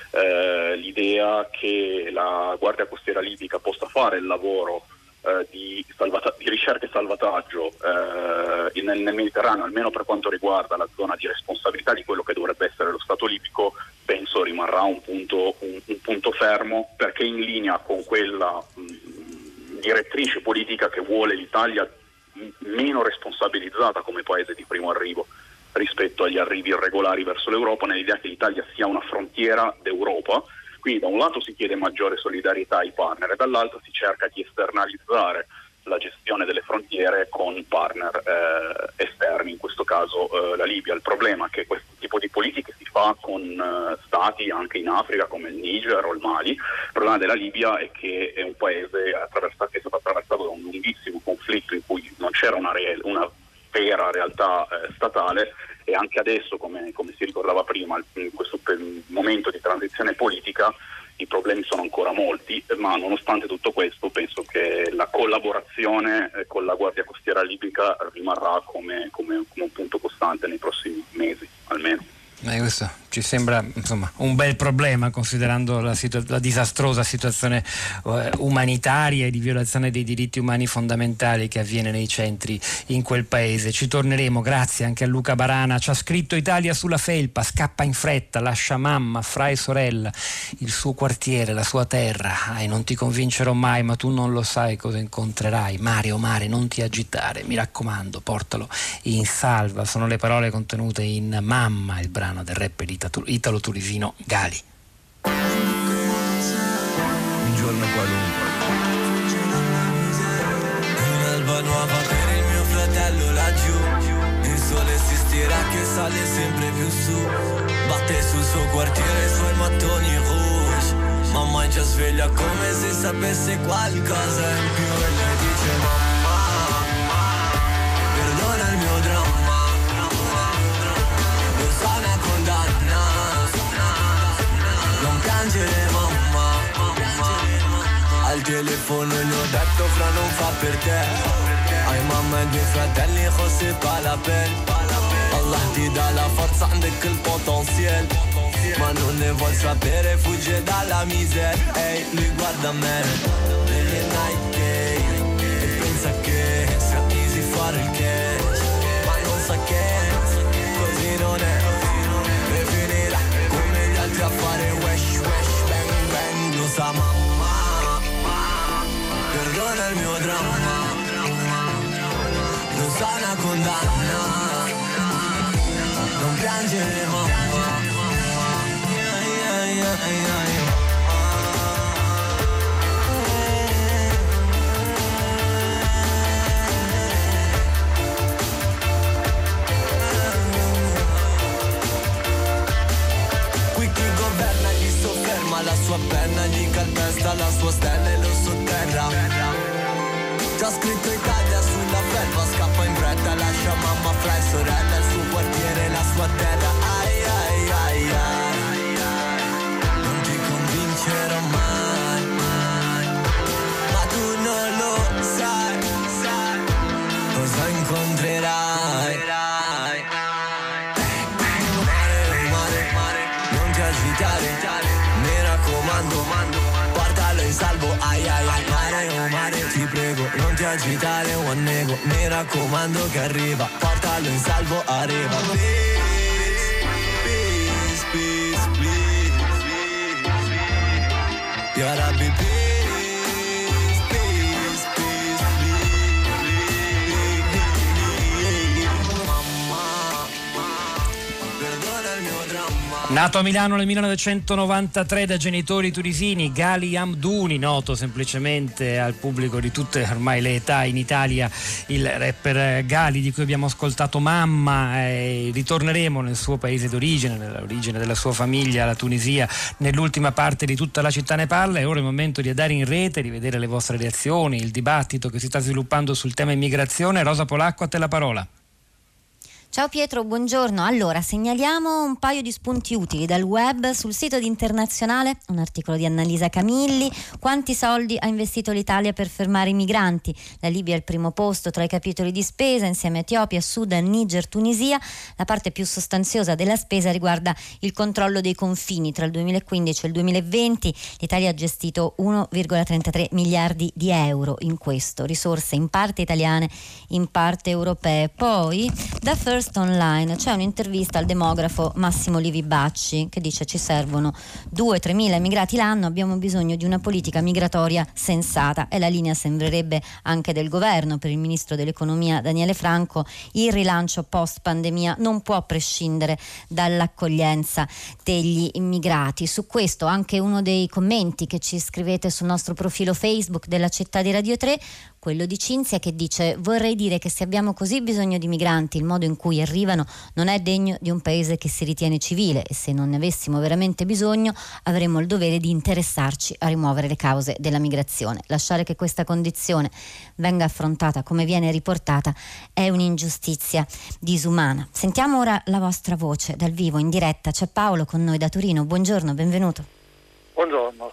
L'idea che la Guardia Costiera libica possa fare il lavoro di ricerca e salvataggio nel Mediterraneo, almeno per quanto riguarda la zona di responsabilità di quello che dovrebbe essere lo Stato libico, penso rimarrà un punto fermo, perché in linea con quella direttrice politica che vuole l'Italia meno responsabilizzata come paese di primo arrivo rispetto agli arrivi irregolari verso l'Europa, nell'idea che l'Italia sia una frontiera d'Europa. Quindi da un lato si chiede maggiore solidarietà ai partner e dall'altro si cerca di esternalizzare la gestione delle frontiere con partner esterni, in questo caso la Libia. Il problema è che questo tipo di politiche si fa con stati anche in Africa come il Niger o il Mali. Il problema della Libia è che è un paese che è stato attraversato da un lunghissimo conflitto in cui non c'era una vera realtà statale, e anche adesso, come si ricordava prima, in questo momento di transizione politica i problemi sono ancora molti, ma nonostante tutto questo penso che la collaborazione con la Guardia Costiera libica rimarrà come un punto costante nei prossimi mesi almeno. Questo ci sembra insomma un bel problema, considerando la disastrosa situazione umanitaria e di violazione dei diritti umani fondamentali che avviene nei centri in quel paese. Ci torneremo, grazie anche a Luca Barana. Ci ha scritto: Italia sulla felpa, scappa in fretta, lascia mamma, fra e sorella, il suo quartiere, la sua terra. Non ti convincerò mai, ma tu non lo sai cosa incontrerai. Mare, oh mare, non ti agitare, mi raccomando, portalo in salva. Sono le parole contenute in Mamma, il brano del rapper italo-tunisino Gali. Un giorno qualunque, un'alba nuova per il mio fratello laggiù. Il sole si stira che sale sempre più su, batte sul suo quartiere i suoi mattoni rouge. Mamma è già sveglia come se sapesse qualcosa in più e lei dice: mamma, perdona il mio dramma, lo so una condanna, non piangere mamma. Al telefono gli ho detto: fra non fa per te, hai mamma e due fratelli, José pas la peine. Allah ti dà la forza, عندك il potenziale, ma non ne vuol sapere, fugge dalla miseria. Ehi, lui guarda me nelle night game e pensa che sia easy fare il cash, ma non sa che così non è, e finirà come gli altri a fare wesh wesh bang bang. Lo sa mamma, perdona il mio dramma, lo sa una condanna, non piangere mamma. Qui chi governa gli sofferma la sua penna, gli calpesta la sua stella e lo sotterra. Già scritto Italia sulla felpa, scappa in fretta, lascia mamma, fra e sorella, il suo quartiere, la sua terra. Ai ai ai ai, non ti convincerò mai, ma tu non lo sai, cosa incontrerai. Mare, non ti agitare, mi raccomando, portalo in salvo, ai ai ai. Mare, ti prego, non ti agitare, one nego, mi raccomando che arriva, portalo in salvo, arriva. Peace, peace, please, ya Rabbi, peace, peace, peace, please. Mamma, perdona il mio dramma. Nato a Milano nel 1993 da genitori tunisini, Gali Amdouni, noto semplicemente al pubblico di tutte ormai le età in Italia, il rapper Gali di cui abbiamo ascoltato Mamma. Ritorneremo nel suo paese d'origine, nell'origine della sua famiglia, la Tunisia, nell'ultima parte di Tutta la città ne parla. E ora è il momento di andare in rete, di vedere le vostre reazioni, il dibattito che si sta sviluppando sul tema immigrazione. Rosa Polacco, a te la parola. Ciao Pietro, buongiorno. Allora, segnaliamo un paio di spunti utili dal web. Sul sito di Internazionale, un articolo di Annalisa Camilli: quanti soldi ha investito l'Italia per fermare i migranti? La Libia è al primo posto tra i capitoli di spesa, insieme a Etiopia, Sudan, Niger, Tunisia. La parte più sostanziosa della spesa riguarda il controllo dei confini. Tra il 2015 e il 2020 l'Italia ha gestito 1,33 miliardi di euro in questo, risorse in parte italiane, in parte europee. Poi da First Online c'è un'intervista al demografo Massimo Livi Bacci che dice: ci servono 2-3 mila immigrati l'anno, abbiamo bisogno di una politica migratoria sensata. E la linea sembrerebbe anche del governo. Per il ministro dell'economia Daniele Franco il rilancio post pandemia non può prescindere dall'accoglienza degli immigrati. Su questo anche uno dei commenti che ci scrivete sul nostro profilo Facebook della Città di Radio 3, quello di Cinzia, che dice: vorrei dire che se abbiamo così bisogno di migranti, il modo in cui arrivano non è degno di un paese che si ritiene civile, e se non ne avessimo veramente bisogno avremmo il dovere di interessarci a rimuovere le cause della migrazione. Lasciare che questa condizione venga affrontata come viene riportata è un'ingiustizia disumana. Sentiamo ora la vostra voce dal vivo, in diretta. C'è Paolo con noi da Torino. Buongiorno, benvenuto. Buongiorno.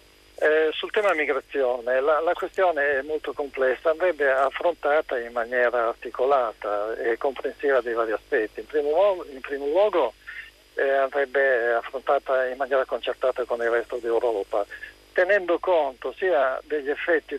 Sul tema migrazione la questione è molto complessa, andrebbe affrontata in maniera articolata e comprensiva dei vari aspetti. In primo luogo andrebbe affrontata in maniera concertata con il resto d'Europa, tenendo conto sia degli effetti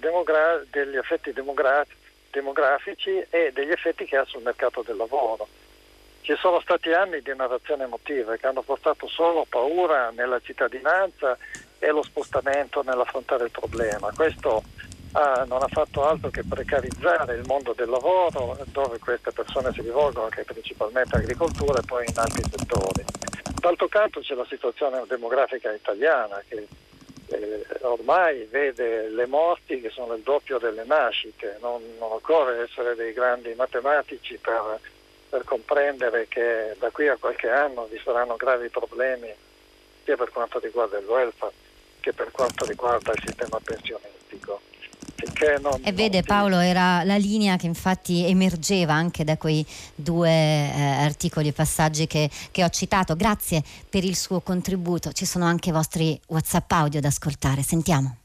demografici e degli effetti che ha sul mercato del lavoro. Ci sono stati anni di narrazione emotiva che hanno portato solo paura nella cittadinanza e lo spostamento nell'affrontare il problema. Questo non ha fatto altro che precarizzare il mondo del lavoro, dove queste persone si rivolgono, che è principalmente agricoltura e poi in altri settori. D'altro canto c'è la situazione demografica italiana che ormai vede le morti che sono il doppio delle nascite. Non occorre essere dei grandi matematici per comprendere che da qui a qualche anno vi saranno gravi problemi sia per quanto riguarda il welfare che per quanto riguarda il sistema pensionistico. E vede Paolo, era la linea che infatti emergeva anche da quei due articoli e passaggi che ho citato. Grazie per il suo contributo. Ci sono anche i vostri WhatsApp audio da ascoltare, sentiamo.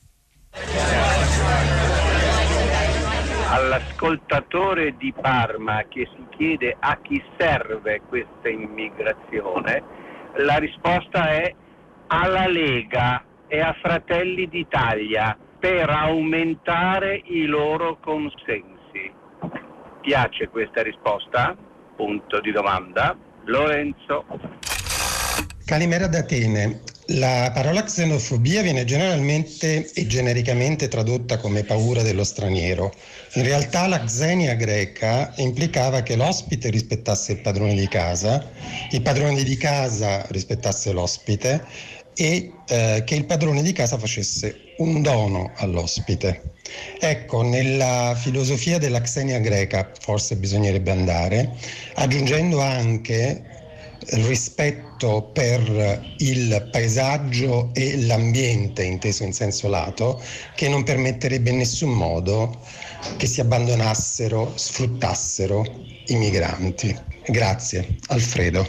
All'ascoltatore di Parma che si chiede a chi serve questa immigrazione, la risposta è alla Lega e a Fratelli d'Italia, per aumentare i loro consensi. Piace questa risposta? Punto di domanda. Lorenzo. Calimera da Atene. La parola xenofobia viene generalmente e genericamente tradotta come paura dello straniero. In realtà la xenia greca implicava che l'ospite rispettasse il padrone di casa, il padrone di casa rispettasse l'ospite e che il padrone di casa facesse un dono all'ospite. Ecco, nella filosofia della xenia greca forse bisognerebbe andare, aggiungendo anche rispetto per il paesaggio e l'ambiente inteso in senso lato, che non permetterebbe in nessun modo che si abbandonassero, sfruttassero i migranti. Grazie. Alfredo.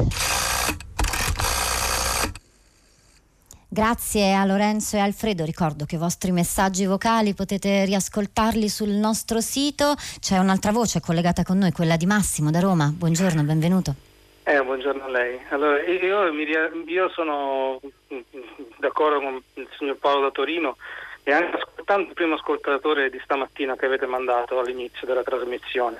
Grazie a Lorenzo e Alfredo. Ricordo che i vostri messaggi vocali potete riascoltarli sul nostro sito. C'è un'altra voce collegata con noi, quella di Massimo da Roma. Buongiorno, benvenuto. Buongiorno a lei. Allora, io sono d'accordo con il signor Paolo da Torino e anche ascoltando il primo ascoltatore di stamattina che avete mandato all'inizio della trasmissione.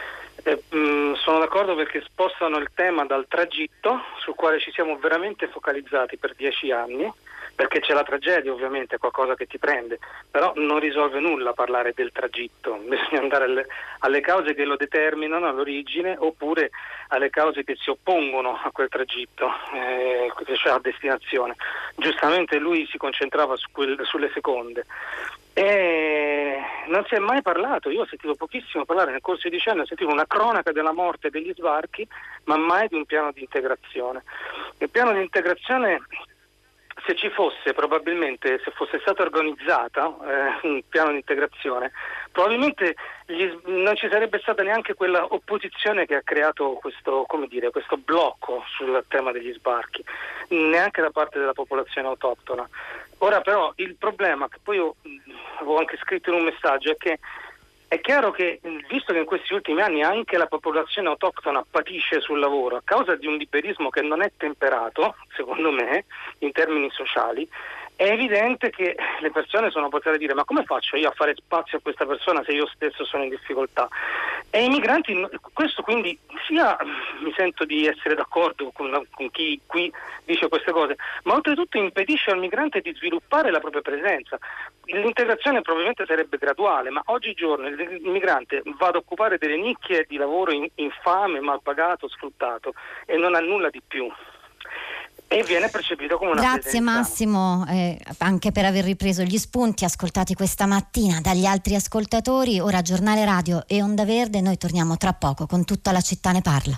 Sono d'accordo perché spostano il tema dal tragitto, sul quale ci siamo veramente focalizzati per 10 anni, perché c'è la tragedia, ovviamente, è qualcosa che ti prende, però non risolve nulla parlare del tragitto, bisogna andare alle cause che lo determinano all'origine, oppure alle cause che si oppongono a quel tragitto, cioè a destinazione. Giustamente lui si concentrava sulle seconde. E non si è mai parlato, io ho sentito pochissimo parlare nel corso di 10 anni, ho sentito una cronaca della morte e degli sbarchi, ma mai di un piano di integrazione. Il piano di integrazione, se ci fosse, probabilmente, se fosse stato organizzato un piano di integrazione, probabilmente non ci sarebbe stata neanche quella opposizione che ha creato questo blocco sul tema degli sbarchi, neanche da parte della popolazione autoctona. Ora però il problema, che poi io avevo anche scritto in un messaggio, è che è chiaro che, visto che in questi ultimi anni anche la popolazione autoctona patisce sul lavoro a causa di un liberismo che non è temperato, secondo me, in termini sociali, è evidente che le persone sono portate a dire: ma come faccio io a fare spazio a questa persona se io stesso sono in difficoltà? E i migranti, questo quindi, sia mi sento di essere d'accordo con chi qui dice queste cose, ma oltretutto impedisce al migrante di sviluppare la propria presenza. L'integrazione probabilmente sarebbe graduale, ma oggigiorno il migrante va ad occupare delle nicchie di lavoro infame, mal pagato, sfruttato, e non ha nulla di più. E viene percepito come una Grazie presenza. Massimo, anche per aver ripreso gli spunti ascoltati questa mattina dagli altri ascoltatori. Ora Giornale Radio e Onda Verde, noi torniamo tra poco con Tutta la città ne parla.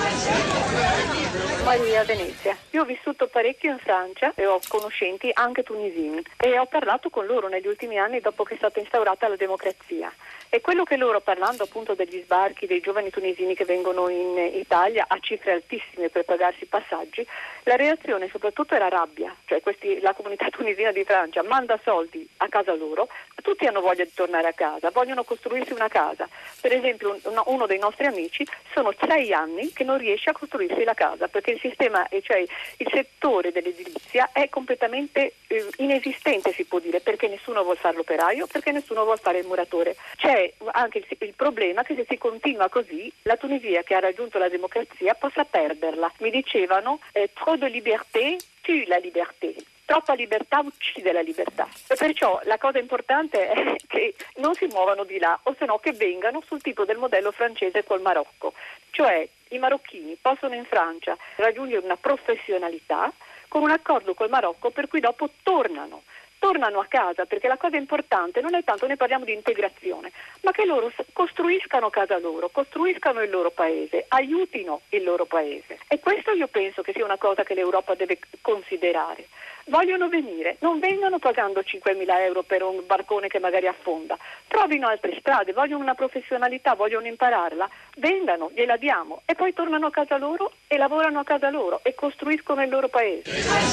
Maria Venezia. Io ho vissuto parecchio in Francia e ho conoscenti anche tunisini e ho parlato con loro negli ultimi anni dopo che è stata instaurata la democrazia. E quello che loro, parlando appunto degli sbarchi dei giovani tunisini che vengono in Italia a cifre altissime per pagarsi i passaggi, la reazione soprattutto era rabbia, cioè la comunità tunisina di Francia manda soldi a casa loro, tutti hanno voglia di tornare a casa, vogliono costruirsi una casa. Per esempio uno dei nostri amici sono 6 anni che non riesce a costruirsi la casa perché il sistema, cioè il settore dell'edilizia è completamente inesistente, si può dire, perché nessuno vuol fare l'operaio, perché nessuno vuol fare il muratore. C'è anche il problema che se si continua così la Tunisia, che ha raggiunto la democrazia, possa perderla. Mi dicevano trop de liberté tue la liberté. Troppa libertà uccide la libertà, e perciò la cosa importante è che non si muovano di là, o se no che vengano sul tipo del modello francese col Marocco, cioè i marocchini possono in Francia raggiungere una professionalità con un accordo col Marocco per cui dopo tornano a casa, perché la cosa importante non è tanto, ne parliamo di integrazione, ma che loro costruiscano casa loro, costruiscano il loro paese, aiutino il loro paese, e questo io penso che sia una cosa che l'Europa deve considerare. Vogliono venire, non vengano pagando 5.000 euro per un barcone che magari affonda, trovino altre strade, vogliono una professionalità, vogliono impararla, vengano, gliela diamo, e poi tornano a casa loro e lavorano a casa loro e costruiscono il loro paese.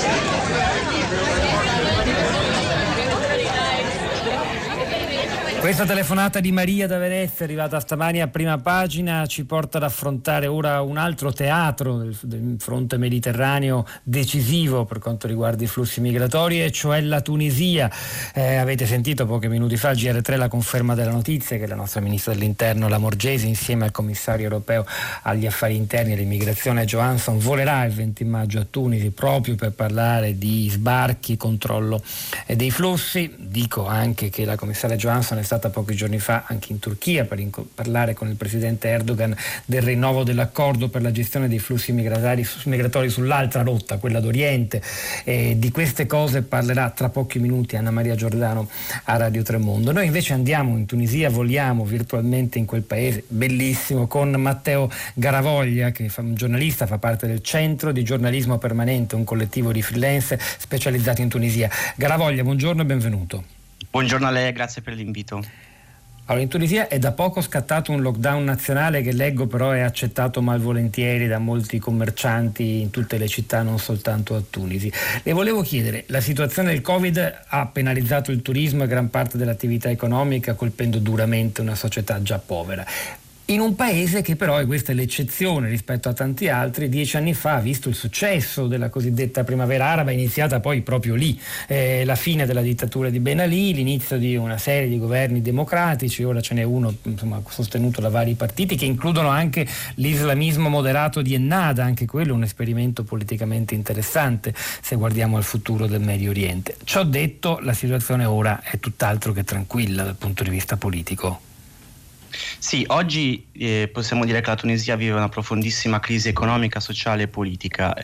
Questa telefonata di Maria da Venezia, arrivata stamani a Prima Pagina, ci porta ad affrontare ora un altro teatro del fronte mediterraneo decisivo per quanto riguarda i flussi migratori, e cioè la Tunisia. Avete sentito pochi minuti fa al GR3 la conferma della notizia che la nostra ministra dell'Interno Lamorgese, insieme al commissario europeo agli affari interni e all'immigrazione Johansson, volerà il 20 maggio a Tunisi proprio per parlare di sbarchi e controllo dei flussi. Dico anche che la commissaria Johansson è stata pochi giorni fa anche in Turchia per parlare con il presidente Erdogan del rinnovo dell'accordo per la gestione dei flussi migratori sull'altra rotta, quella d'Oriente. Di queste cose parlerà tra pochi minuti Anna Maria Giordano a Radio Tremondo. Noi invece andiamo in Tunisia, voliamo virtualmente in quel paese bellissimo con Matteo Garavoglia, che è un giornalista, fa parte del Centro di Giornalismo Permanente, un collettivo di freelance specializzato in Tunisia. Garavoglia, buongiorno e benvenuto. Buongiorno a lei, grazie per l'invito. Allora, in Tunisia è da poco scattato un lockdown nazionale che leggo però è accettato malvolentieri da molti commercianti in tutte le città, non soltanto a Tunisi. Le volevo chiedere, la situazione del Covid ha penalizzato il turismo e gran parte dell'attività economica, colpendo duramente una società già povera. In un paese che però, e questa è l'eccezione rispetto a tanti altri, 10 anni fa ha visto il successo della cosiddetta primavera araba, iniziata poi proprio lì, la fine della dittatura di Ben Ali, l'inizio di una serie di governi democratici, ora ce n'è uno sostenuto da vari partiti che includono anche l'islamismo moderato di Ennahda, anche quello un esperimento politicamente interessante se guardiamo al futuro del Medio Oriente. Ciò detto, la situazione ora è tutt'altro che tranquilla dal punto di vista politico. Sì, oggi possiamo dire che la Tunisia vive una profondissima crisi economica, sociale e politica,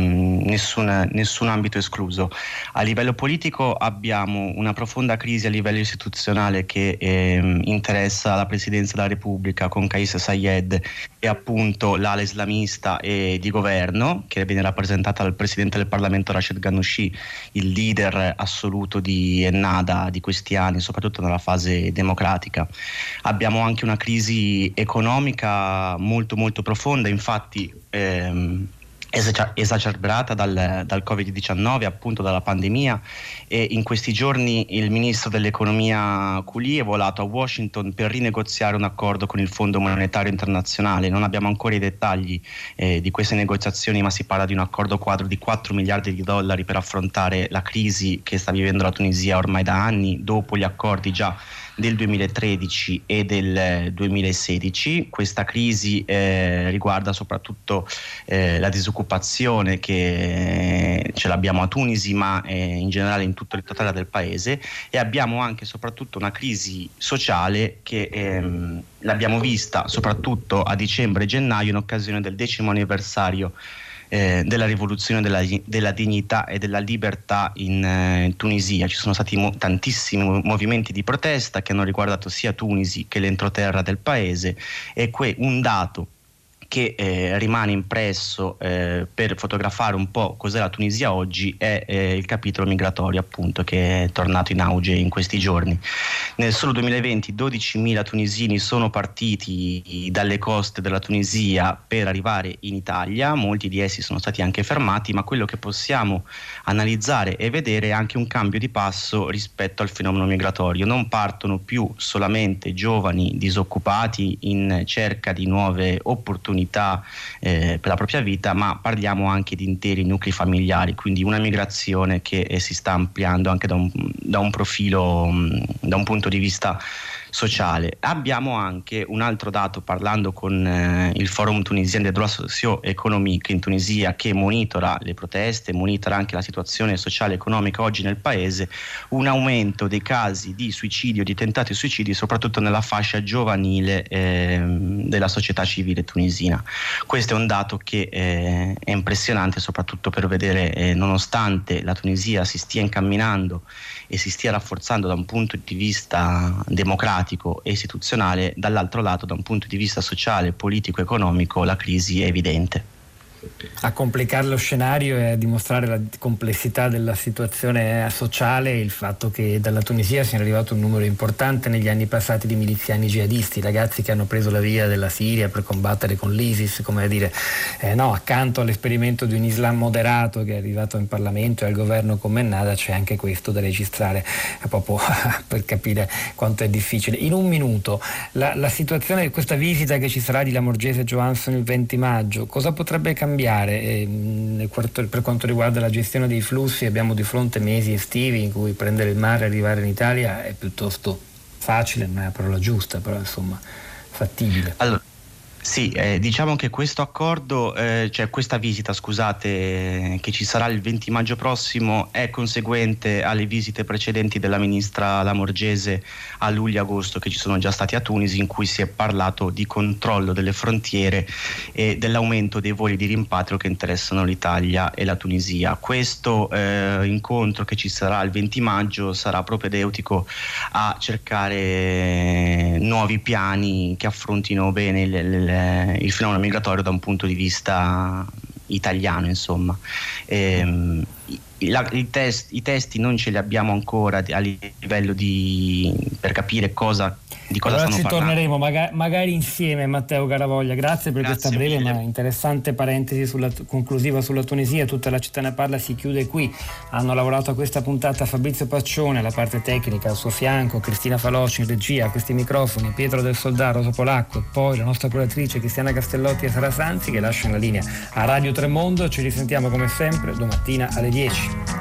nessun ambito escluso. A livello politico abbiamo una profonda crisi a livello istituzionale che interessa la Presidenza della Repubblica con Kais Saied e appunto l'ala islamista e di governo, che viene rappresentata dal Presidente del Parlamento Rachid Ghannouchi, il leader assoluto di Ennahda di questi anni, soprattutto nella fase democratica. Abbiamo anche una crisi economica molto molto profonda, infatti esacerbata dal Covid-19, appunto dalla pandemia, e in questi giorni il ministro dell'economia Kouli è volato a Washington per rinegoziare un accordo con il Fondo Monetario Internazionale. Non abbiamo ancora i dettagli di queste negoziazioni, ma si parla di un accordo quadro di 4 miliardi di dollari per affrontare la crisi che sta vivendo la Tunisia ormai da anni, dopo gli accordi già del 2013 e del 2016. Questa crisi riguarda soprattutto la disoccupazione, che ce l'abbiamo a Tunisi, ma in generale in tutto il totale del paese, e abbiamo anche soprattutto una crisi sociale che l'abbiamo vista soprattutto a dicembre e gennaio in occasione del 10° anniversario della rivoluzione della dignità e della libertà in Tunisia. Ci sono stati tantissimi movimenti di protesta che hanno riguardato sia Tunisi che l'entroterra del paese, e un dato che rimane impresso per fotografare un po' cos'è la Tunisia oggi è il capitolo migratorio, appunto, che è tornato in auge in questi giorni. Nel solo 2020 12.000 tunisini sono partiti dalle coste della Tunisia per arrivare in Italia, molti di essi sono stati anche fermati, ma quello che possiamo analizzare e vedere è anche un cambio di passo rispetto al fenomeno migratorio. Non partono più solamente giovani disoccupati in cerca di nuove opportunità per la propria vita, ma parliamo anche di interi nuclei familiari, quindi una migrazione che si sta ampliando anche da un profilo, da un punto di vista sociale. Abbiamo anche un altro dato, parlando con il Forum Tunisien des Droits Socio-Économiques in Tunisia, che monitora le proteste, monitora anche la situazione sociale e economica oggi nel paese, un aumento dei casi di suicidio, di tentati suicidi, soprattutto nella fascia giovanile della società civile tunisina. Questo è un dato che è impressionante, soprattutto per vedere, nonostante la Tunisia si stia incamminando e si stia rafforzando da un punto di vista democratico e istituzionale, dall'altro lato, da un punto di vista sociale, politico e economico, la crisi è evidente. A complicare lo scenario e a dimostrare la complessità della situazione sociale il fatto che dalla Tunisia sia arrivato un numero importante negli anni passati di miliziani jihadisti, ragazzi che hanno preso la via della Siria per combattere con l'ISIS, come a dire, accanto all'esperimento di un Islam moderato che è arrivato in Parlamento e al governo come nada, c'è anche questo da registrare, proprio per capire quanto è difficile. In un minuto, la situazione di questa visita che ci sarà di Lamorgese e Johansson il 20 maggio, cosa potrebbe cambiare? Per quanto riguarda la gestione dei flussi, abbiamo di fronte mesi estivi in cui prendere il mare e arrivare in Italia è piuttosto facile, non è la parola giusta, però insomma fattibile. Allora, sì, diciamo che questo accordo, cioè questa visita, scusate, che ci sarà il 20 maggio prossimo, è conseguente alle visite precedenti della ministra Lamorgese a luglio e agosto che ci sono già stati a Tunisi, in cui si è parlato di controllo delle frontiere e dell'aumento dei voli di rimpatrio che interessano l'Italia e la Tunisia. Questo incontro che ci sarà il 20 maggio sarà propedeutico a cercare nuovi piani che affrontino bene il fenomeno migratorio da un punto di vista italiano, insomma. I testi non ce li abbiamo ancora a livello per capire di cosa allora stanno ci parlando. Torneremo magari insieme, Matteo Garavoglia. Grazie per questa breve ma interessante parentesi conclusiva sulla Tunisia. Tutta la città ne parla si chiude qui. Hanno lavorato a questa puntata Fabrizio Paccione alla parte tecnica, al suo fianco Cristina Faloci in regia, a questi microfoni Pietro del Soldà, Rosa Polacco e poi la nostra curatrice Cristiana Castellotti e Sara Sanzi, che lasciano la linea a Radio Tremondo. Ci risentiamo come sempre domattina alle 10.